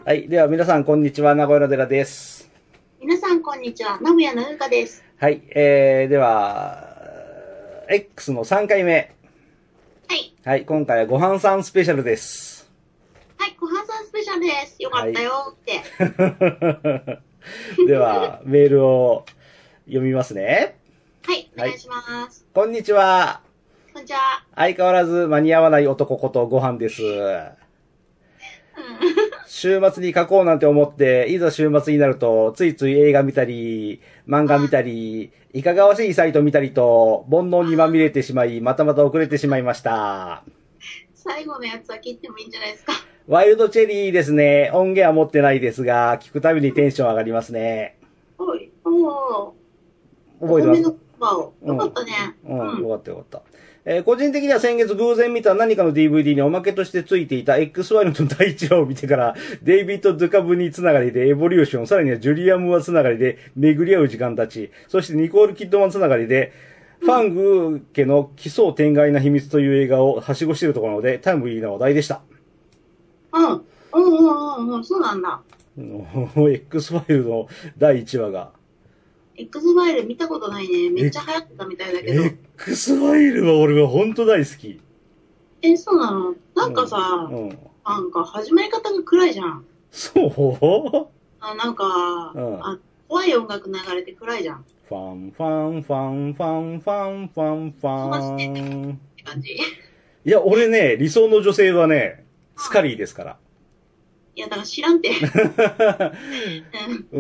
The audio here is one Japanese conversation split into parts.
はい。では皆さん、こんにちは。名古屋の寺です。 皆さん、こんにちは。名古屋のうかです。 はい。では、X の3回目。 はい。 はい。今回はごはんさんスペシャルです。 はい、ごはんさんスペシャルです。よかはい。 ったよって。 では、メールを読みますね。 はい、おはい。 願いします。 こんにちは。 こんにちは。 相変わらず間に合わない男ことごはんです。 うん。 週末に書こうなんて思って、いざ週末になると、ついつい映画見たり、漫画見たり、いかがわしいサイト見たりと、煩悩にまみれてしまい、またまた遅れてしまいました。 最後のやつは切ってもいいんじゃないですか。 ワイルドチェリーですね。音源は持ってないですが、聞くたびにテンション上がりますね。 おい、おー、お覚えてますか？ 褒めの言葉を。 うん。 よかったね。 うん。 うん。 よかったよかった。個人的には先月偶然見た何かの DVD におまけとしてついていた X ワイルドの第1話を見てから、デイビッド・ドゥカブニつながりでエボリューション、さらにはジュリアム・ワつながりで巡り合う時間たち、そしてニコール・キッドマンつながりで、ファング家の奇想天外な秘密という映画をはしごしているところなので、タイムリーな話題でした。 うん。うん、うん、うん、うん、そうなんだ。 X ファイルの第1話が。 X ファイル見たことないね。めっちゃ流行ってたみたいだけど。 X ファイルは俺は本当大好き。 そうなの？なんかさ、 うん。 なんか始まり方が暗いじゃん。 そうなんか、 うん。 怖い音楽流れて暗いじゃん。 ファン、ファン、ファン、ファン、ファン、ファン、フ飛ばしてってァン。 感じ。 いや、俺ね、理想の女性はね、スカリーですから。 いや、だから知らんて。 うん。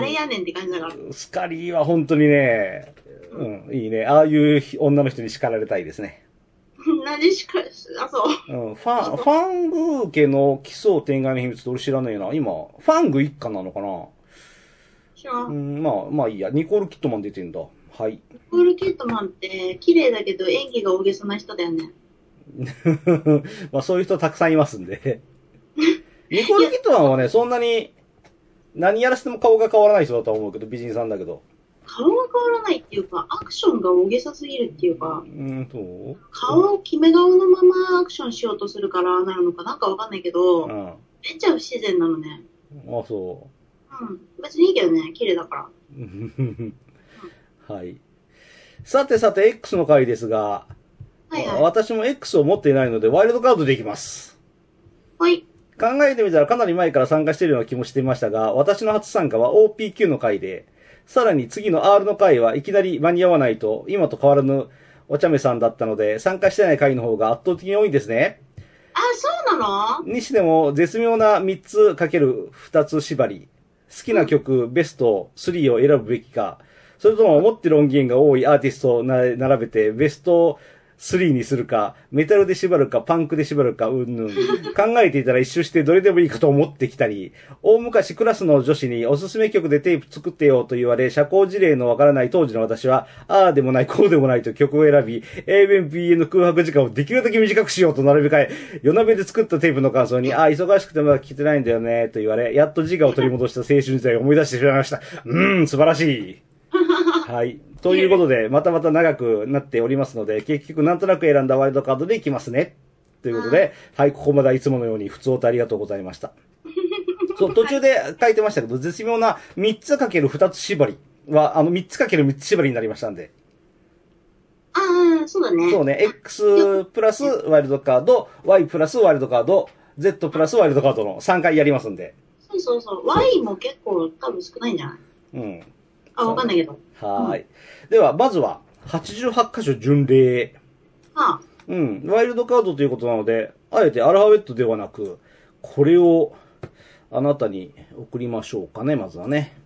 誰やねんって感じだから。 スカリーは本当にね、 ううん、いいね。ああいう女の人に叱られたいですね。 ん。何でしか、そう。 うん、ファング家の奇想天外の秘密って俺知らねえな。今、ファング一家なのかな？ 知らん。 まあいいや。ニコール・キットマン出てんだ。はい。 ニコール・キットマンって綺麗だけど演技が大げさな人だよね。 まあそういう人たくさんいますんで。ニコール・いや、 キットマンはね、そんなに何やらせても顔が変わらない人だと思うけど、美人さんだけど。 顔が変わらないっていうか、アクションが大げさすぎるっていうか、 そう顔を決め顔のままアクションしようとするからなのかなんかわかんないけど、 うん。 めっちゃ不自然なのね。 あ、そうん。別にいいけどね、綺麗だから。 う。はい。さてさて、X の回ですが、 はいはい。 私も X を持っていないので、ワイルドカードできます。 はい。 考えてみたらかなり前から参加しているような気もしていましたが、私の初参加は OPQ の回で、さらに次の R の回はいきなり間に合わないと、今と変わらぬお茶目さんだったので、参加してない回の方が圧倒的に多いんですね。 あ、そうなの？ にしても、絶妙な3つかける2つ縛り。好きなうん。 曲、ベスト3を選ぶべきか、それとも持ってる音源が多いアーティストを並べて、ベスト3にするか、メタルで縛るか、パンクで縛るか、うんぬん。考えていたら一周してどれでもいいかと思ってきたり、大昔クラスの女子におすすめ曲でテープ作ってよと言われ、社交辞令のわからない当時の私は、ああでもない、こうでもないと曲を選び、A 面 B 面の空白時間をできるだけ短くしようと並べ替え、夜なべで作ったテープの感想に、ああ、忙しくてまだ聞けてないんだよね、と言われ、やっと自我を取り戻した青春時代を思い出してしまいました。素晴らしい。はい。ということで、またまた長くなっておりますので、結局なんとなく選んだワイルドカードでいきますね。ということで、はい、ここまではいつものように、普通おありがとうございました。そう、途中で書いてましたけど、絶妙な3つかける2つ縛りは、3つかける3つ縛りになりましたんで。 ああ、そうだね。 そうね、 よく、 X プラスワイルドカード、Y プラスワイルドカード、Z プラスワイルドカードの3回やりますんで。 そうそうそう。 そう。 Y も結構多分少ないんじゃない？ うん。 わそうね。 かんないけど。うん。 はーい。では、まずは、88箇所巡礼。 はあ。 ワイルドカードということなので、あえてアルファベットではなく、これをあなたに送りましょうかね、まずはね。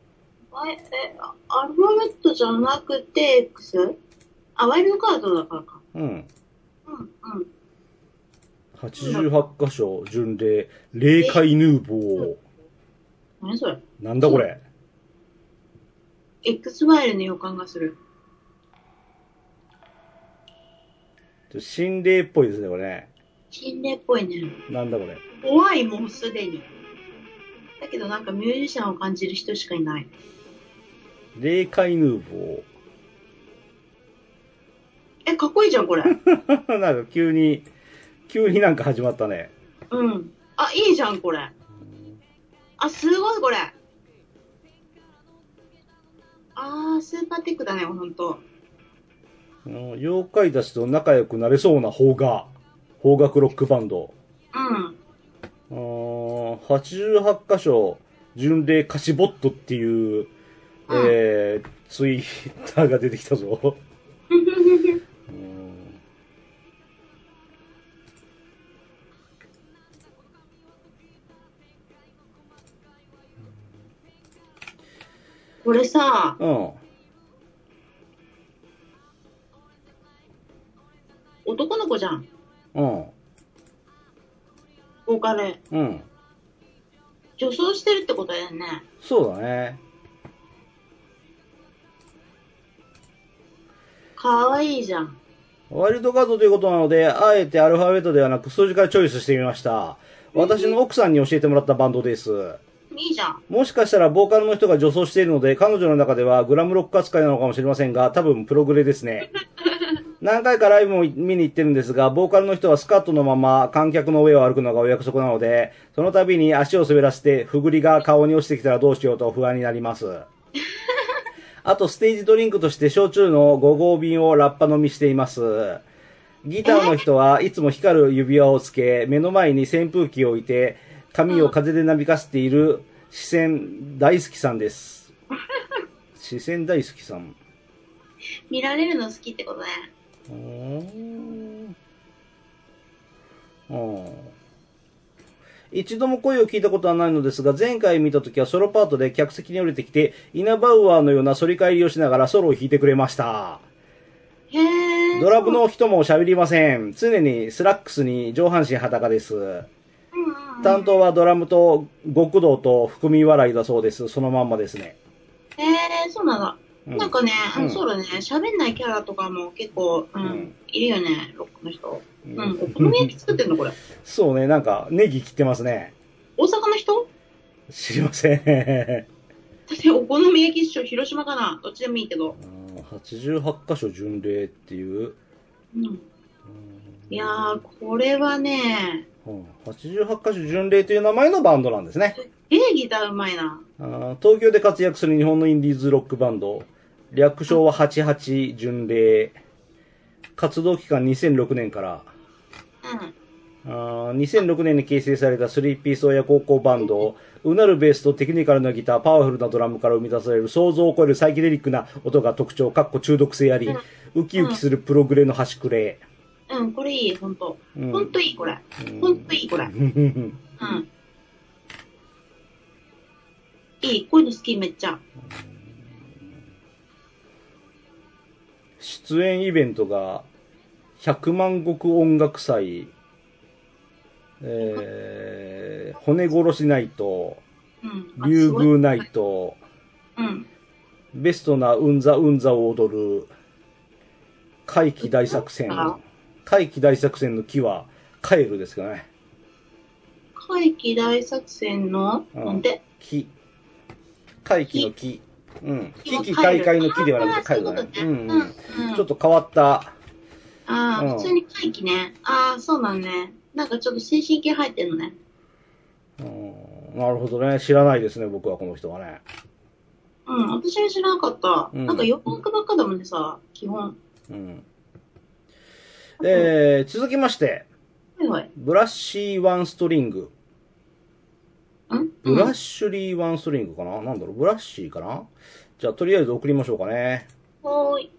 アルファベットじゃなくて X？ ワイルドカードだからか。 うん。 うん、うん。 88箇所巡礼、霊界ヌーボー。 何それ？ なんだこれ。 X ファイルの予感がする。 心霊っぽいですね、これね。 心霊っぽいね。 なんだこれ。 怖い、もうすでに。だけどなんかミュージシャンを感じる人しかいない。 霊界ヌーボかっこいいじゃん、これ。 ー。なんか急になんか始まったね。 うん。いいじゃん、これ。 あ、すごいこれ。スーパーテックだね、ほんと。 妖怪たちと仲良くなれそうな邦楽ロックバンド。 うん。 88箇所巡礼歌詞ボットっていう、ツイッターが出てきたぞ。 これさ、 うん。 男の子じゃん。 うん。 ボーカル。 うん。 女装してるってことだよね。 そうだね。 かわいいじゃん。 ワイルドカードということなので、あえてアルファベットではなく数字からチョイスしてみました。私の奥さんに教えてもらったバンドです。 いいじゃん。 もしかしたらボーカルの人が女装しているので、彼女の中ではグラムロック扱いなのかもしれませんが、多分プログレですね。何回かライブも見に行ってるんですが、ボーカルの人はスカートのまま観客の上を歩くのがお約束なので、その度に足を滑らせて、ふぐりが顔に落ちてきたらどうしようと不安になります。あと、ステージドリンクとして焼酎の5合瓶をラッパ飲みしています。ギターの人はいつも光る指輪をつけ、目の前に扇風機を置いて、髪を風でなびかせている視線大好きさんです。視線大好きさん。 見られるの好きってことね。 一度も声を聞いたことはないのですが、前回見た時はソロパートで客席に降りてきて、イナバウアーのような反り返りをしながらソロを弾いてくれました。 へー。 ドラムの人も喋りません。常にスラックスに上半身裸です。担当はドラムと極道と含み笑いだそうです。そのまんまですね。 そうなんだ。なんかね、そうだね、喋んないキャラとかも結構、いるよね、ロックの人。お好み焼き作ってんのこれ。 そうね、なんか、ネギ切ってますね。 大阪の人？ 知りません。 だってお好み焼き師匠広島かな、どっちでもいいけど。 88箇所巡礼っていう。 いやー、これはね、 88箇所巡礼という名前のバンドなんですね。 ギターうまいな。 東京で活躍する日本のインディーズロックバンド。略称は88巡礼。活動期間2006年から。2006年に結成された3ピース親孝行バンド、うなるベースとテクニカルなギター、パワフルなドラムから生み出される想像を超えるサイケデリックな音が特徴、中毒性あり、ウキウキするプログレの端くれ。 これいい、ほんと。ほんといい、これ。ほんといい、これ。いい、こういうの好き、めっちゃ。 出演イベントが、100万石音楽祭、骨殺しナイト、竜宮ナイト、ベストなうんざうんざを踊る、怪奇大作戦。怪奇大作戦の木は、カエルですかね。 怪奇大作戦の、なんで木。怪奇の木。危機開会の木ではなくてカエルだね。ちょっと変わった。 普通に怪奇ね。そうなんね。なんかちょっと精神系入ってんのね。 なるほどね。知らないですね、僕はこの人はね。 私は知らなかった。なんか洋楽ばっかだもんねさ、基本。 続きまして、ブラッシーワンストリング。ブラッシュリーワンストリングかな、なんだろう、ブラッシーかな。じゃあ、とりあえず送りましょうかね。 はーい。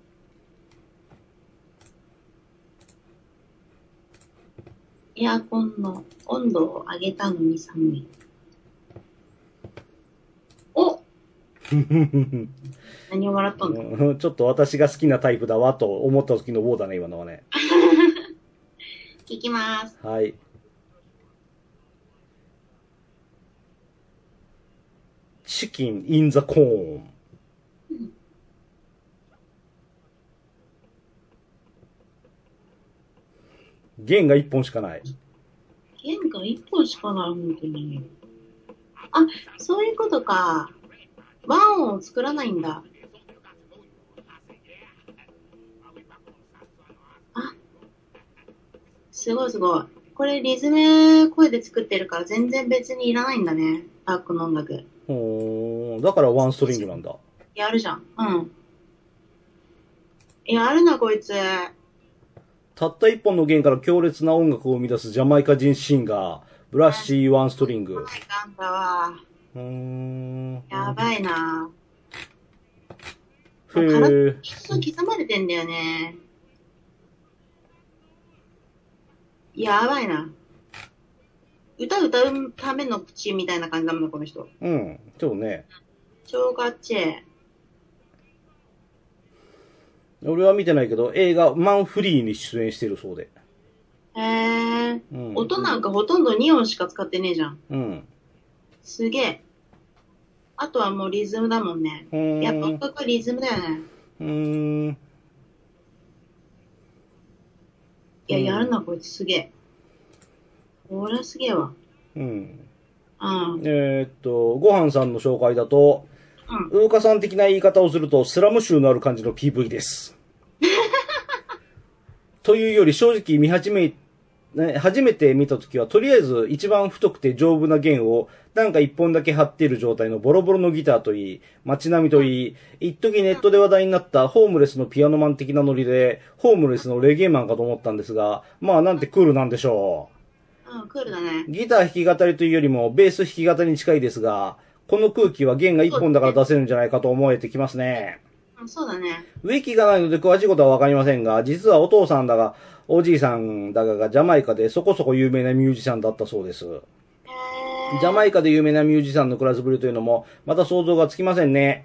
エアコンの温度を上げたのに寒い。お何を笑ったんだちょっと私が好きなタイプだわと思った時のウォーだね、今のはね。 聞きます。 はい。チキンインザコーン。弦が1本しかない。 弦が1本しかない、本当に。そういうことか。和音を作らないんだ。すごいすごい。これリズム声で作ってるから全然別にいらないんだね。 バックの音楽。 だからワンストリングなんだ。 やるじゃん。うん。やるな、こいつ。 たった一本の弦から強烈な音楽を生み出すジャマイカ人シンガー、ブラッシー・ワンストリング。 はい、ガンだわ。やばいな。 へぇ。 刻まれてんだよね。やばいな。歌うための口みたいな感じだもんね、この人。 うん、そうね。 超ガッチェ。 俺は見てないけど、映画マンフリーに出演してるそうで。 へぇー。うん、音なんかほとんど2音しか使ってねえじゃん。 うん。 すげえ。あとはもうリズムだもんね。やっぱ音楽はリズムだよね。いや、やるな、こいつすげえ。これはすげえわ。 うん。ごはんさんの紹介だと、ウーカさん的な言い方をすると、スラム臭のある感じの PV です。というより、正直初めて見たときは、とりあえず一番太くて丈夫な弦を、なんか一本だけ張っている状態のボロボロのギターといい、街並みといい、一時ネットで話題になったホームレスのピアノマン的なノリで、ホームレスのレゲエマンかと思ったんですが、まあなんてクールなんでしょう。うん、クールだね。 ギター弾き語りというよりも、ベース弾き語りに近いですが、この空気は弦が一本だから出せるんじゃないかと思えてきますね。 そうだね。 ウィキがないので詳しいことはわかりませんが、実はお父さんだが、おじいさんだがジャマイカでそこそこ有名なミュージシャンだったそうです。ジャマイカで有名なミュージシャンのクラスぶりというのも、また想像がつきませんね。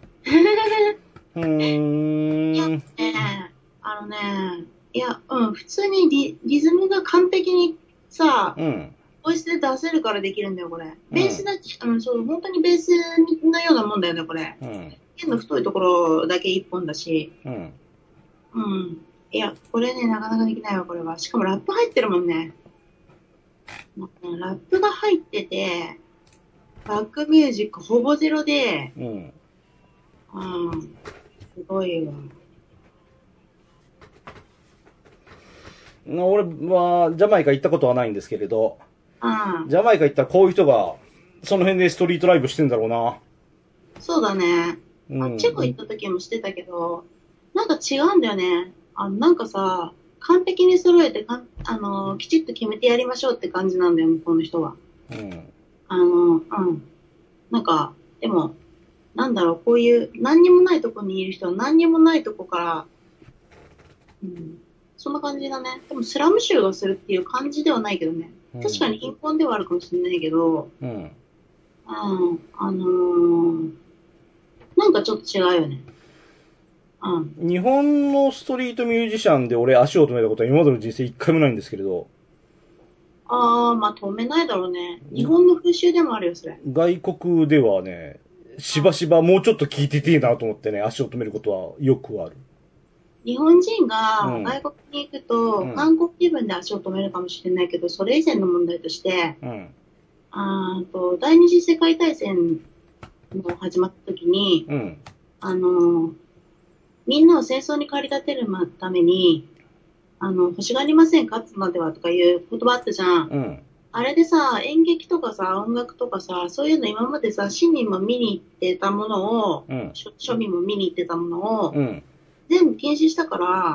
いや、普通にリズムが完璧にさ、ボイスで出せるからできるんだよ、これ。ベースだそう、本当にベースのようなもんだよね、これ。弦の太いところだけ一本だし。いや、これね、なかなかできないわ、これは。しかもラップ入ってるもんね。ラップが入ってて、バックミュージックほぼゼロで、すごいわ。 俺はジャマイカ行ったことはないんですけれど、ジャマイカ行ったらこういう人が、その辺でストリートライブしてんだろうな。 そうだね。チェコ行った時もしてたけど、なんか違うんだよね。なんかさ、完璧に揃えてきちっと決めてやりましょうって感じなんだよ、向こうの人は。なんか、でも、なんだろう、こういう何にもないとこにいる人は何にもないとこから、そんな感じだね。でもスラム臭がするっていう感じではないけどね。確かに貧困ではあるかもしれないけど、なんかちょっと違うよね。 日本のストリートミュージシャンで俺足を止めたことは今までの人生一回もないんですけれど。 まあ止めないだろうね。日本の風習でもあるよ、それ。 外国ではね、しばしばもうちょっと聞いてていいなと思ってね、足を止めることはよくある。 日本人が外国に行くと、韓国気分で足を止めるかもしれないけど、それ以前の問題として、第二次世界大戦の始まった時に、みんなを戦争に駆り立てるために、欲しがりませんかつまではとかいう言葉あったじゃん。あれでさ、演劇とかさ、音楽とかさ、そういうの今までさ、市民も見に行ってたものを、庶民も見に行ってたものを、全部禁止したから、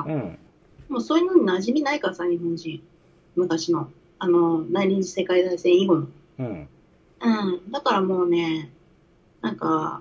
もうそういうのに馴染みないからさ、日本人。昔の。第二次世界大戦以後の。だからもうね、なんか、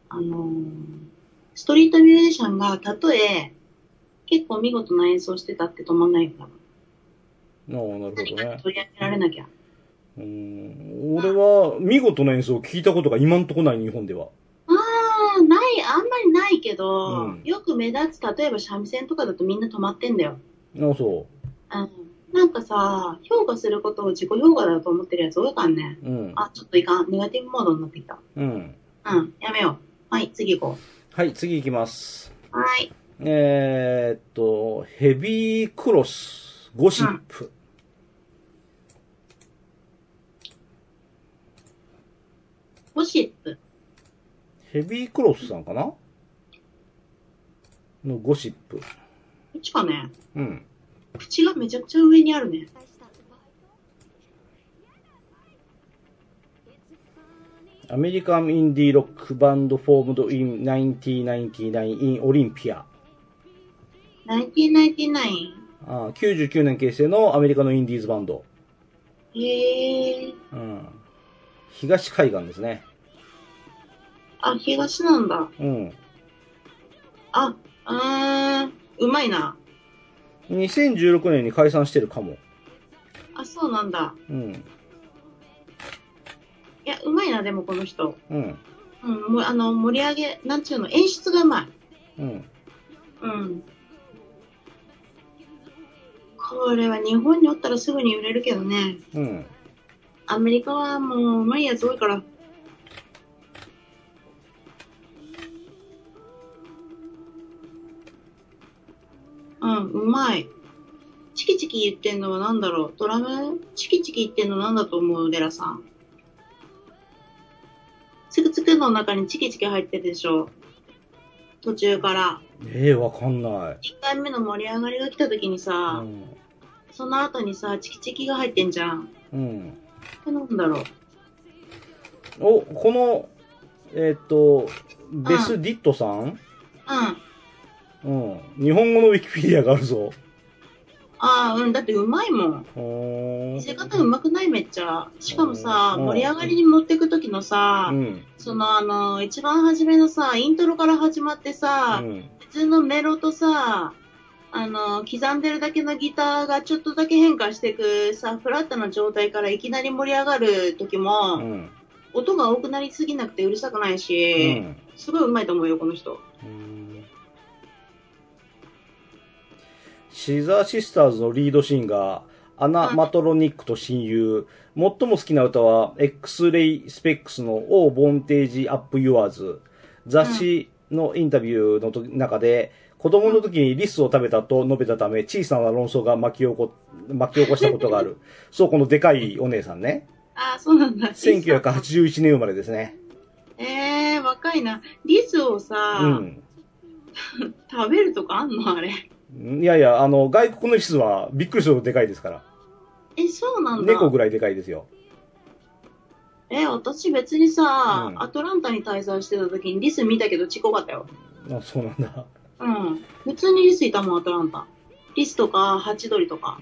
ストリートミュージシャンが、たとえ、結構見事な演奏してたって止まんないから。 なるほどね。 取り上げられなきゃ。 俺は、見事な演奏を聞いたことが今んとこない、日本では。 あんまりないけど、よく目立つ、例えば三味線とかだとみんな止まってんだよ。 そう。 なんかさ、評価することを自己評価だと思ってるやつ多いからね。ちょっといかん。ネガティブモードになってきた。やめよう。はい、次行こう。 はい、次行きます。 はい。 ヘビークロス、ゴシップ。 ゴシップ。 ヘビークロスさんかなのゴシップ。 こっちかね。口がめちゃくちゃ上にあるね。 アメリカンインディーロックバンドフォームドイン1999 in オリンピア。 1999? 99年結成のアメリカのインディーズバンド。 へえ。 うん。東海岸ですね。 あ、東なんだ。 うん。 うまいな。 2016年に解散してるかも。 あ、そうなんだ。 うん。 いや、うまいな、でもこの人。 うん。 うん、もう盛り上げ、なんちゅうの、演出がうまい。 うん。 うん。これは日本におったらすぐに売れるけどね。 うん。 アメリカはもううまいやつ多いから。うん、うまい。チキチキ言ってんのはなんだろう。ドラムチキチキ言ってんのなんだと思う、デラさん。つくつくの中にチキチキ入ってるでしょ。途中から。 わかんない。 1回目の盛り上がりが来た時にさ、その後にさ、チキチキが入ってんじゃん。 うん。 なんだろう。 この、ベス・ディットさん、うん。日本語のウィキペディアがあるぞ。 だってうまいもん。見せ方うまくないめっちゃ。しかもさ、盛り上がりに持っていく時のさ、一番初めのさ、イントロから始まってさ、普通のメロとさ、刻んでるだけのギターがちょっとだけ変化していくさ、フラットな状態からいきなり盛り上がる時も、音が多くなりすぎなくてうるさくないし、すごいうまいと思うよ、この人。 シザーシスターズのリードシンガー、アナ・マトロニックと親友。最も好きな歌は、X レイ・スペックスの Oh Bontage Up Yours。雑誌のインタビューの中で、子供の時にリスを食べたと述べたため、小さな論争が巻き起こしたことがある。そう、このでかいお姉さんね。 そうなんだ。 1981年生まれですね。 若いな。リスをさ、食べるとかあんのあれ。 いやいや、外国のリスはびっくりするほどでかいですから。 そうなんだ。 猫ぐらいでかいですよ。 私別にさ、アトランタに滞在してた時にリス見たけどちっこかったよ。 そうなんだ。 普通にリスいたもん、アトランタ。リスとか、ハチドリとか。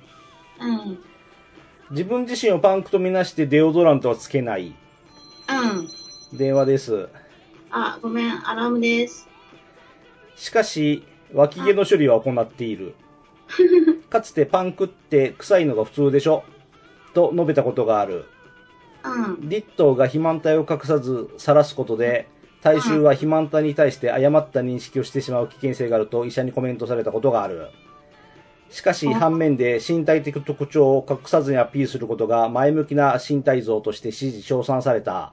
自分自身をパンクとみなしてデオドラントはつけない。電話です。 ごめん、アラームです。 しかし、脇毛の処理は行っている。かつてパンクって臭いのが普通でしょと述べたことがある。ディットーが肥満体を隠さず晒すことで、大衆は肥満体に対して誤った認識をしてしまう危険性があると医者にコメントされたことがある。しかし反面で身体的特徴を隠さずにアピールすることが前向きな身体像として支持称賛された。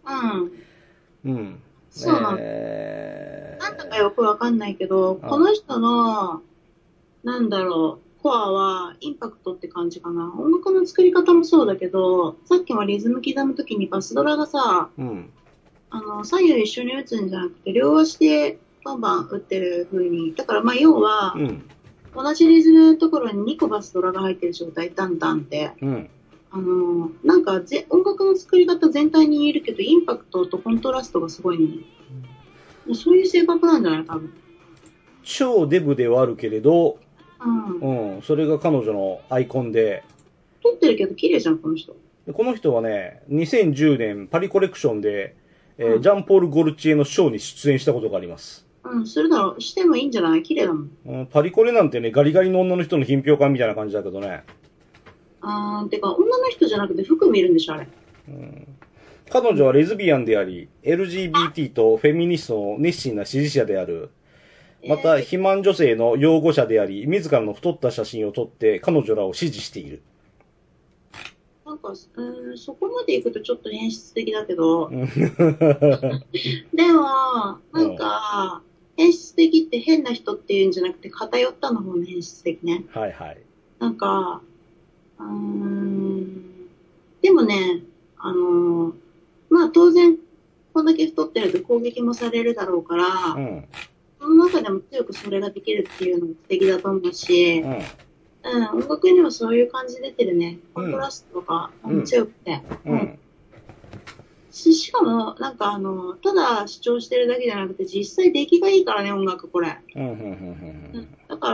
そうなんだかよくわかんないけど、この人の、なんだろう、コアはインパクトって感じかな。音楽の作り方もそうだけど、さっきもリズム刻むときにバスドラがさ、左右一緒に打つんじゃなくて、両足でバンバン打ってる風に。だから要は、同じリズムのところに2個バスドラが入ってる状態、ダンダンって。なんか音楽の作り方全体に言えるけど、インパクトとコントラストがすごいね。そういう性格なんじゃない多分。 超デブではあるけれど、それが彼女のアイコンで。 撮ってるけど綺麗じゃん、この人。 この人はね、2010年パリコレクションで、ジャンポール・ゴルチエのショーに出演したことがあります。 するだろう。してもいいんじゃない綺麗だもん。 パリコレなんてね、ガリガリの女の人の品評会みたいな感じだけどね。 てか、女の人じゃなくて服見るんでしょ、あれ。 彼女はレズビアンであり、LGBT とフェミニストの熱心な支持者である。また、肥満女性の擁護者であり、自らの太った写真を撮って彼女らを支持している。 なんか、そこまで行くとちょっと演出的だけど。でも、なんか、演出的って変な人っていうんじゃなくて、偏ったの方の演出的ね。 はいはい。 なんか、でもね、当然、こんだけ太ってると攻撃もされるだろうから、その中でも強くそれができるっていうのも素敵だと思うし、音楽にはそういう感じ出てるね。コントラストとか、強くて。 しかも、なんかただ主張してるだけじゃなくて、実際出来がいいからね、音楽、これ。だから、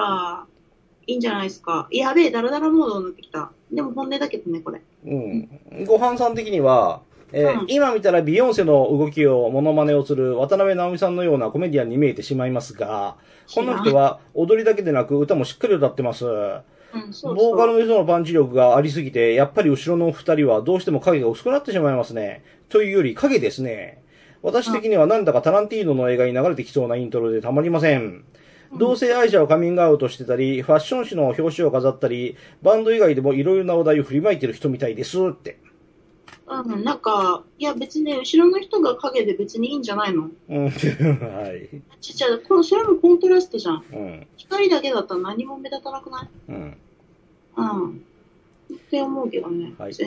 いいんじゃないですか。やべえ、ダラダラモードになってきた。でも本音だけどね、これ。 ごはんさん的には、今見たらビヨンセの動きをモノマネをする渡辺直美さんのようなコメディアンに見えてしまいますが、この人は踊りだけでなく歌もしっかり歌ってます。ボーカルの人のパンチ力がありすぎて、やっぱり後ろの二人はどうしても影が薄くなってしまいますね。というより影ですね。私的にはなんだかタランティーノの映画に流れてきそうなイントロでたまりません。同性愛者をカミングアウトしてたり、ファッション誌の表紙を飾ったり、バンド以外でもいろいろな話題を振りまいてる人みたいですって。 なんか、いや別に後ろの人が影で別にいいんじゃないの？はい。それもコントラストじゃん。光だけだったら何も目立たなくない？って思うけどね。はい。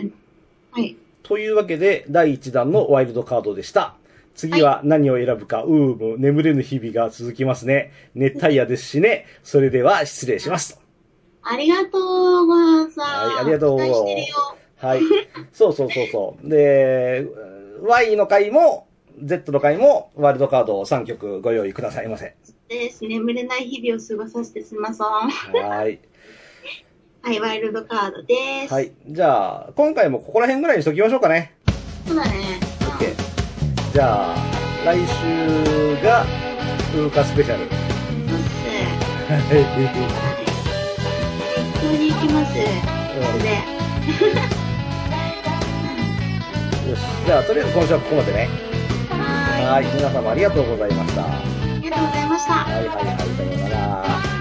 というわけで、第1弾のワイルドカードでした。次は何を選ぶか、眠れぬ日々が続きますね。熱帯夜ですしね。それでは失礼します。 ありがとう、ごはんさん。 はい、ありがとう。期待してるよ。はい。そう。で、Y の回も、Z の回も、ワイルドカードを3曲ご用意くださいませ。 です。眠れない日々を過ごさせてすみません。はい。はい、ワイルドカードです。 はい。じゃあ、今回もここら辺ぐらいにしときましょうかね。 そうだね。 OK。じゃあ、来週が、ウーカスペシャル。そうっす。 はい。適当に行きます。それで。 よし。じゃあ、とりあえず今週はここまでね。はい。皆様ありがとうございました。 ありがとうございました。 はい、さようなら。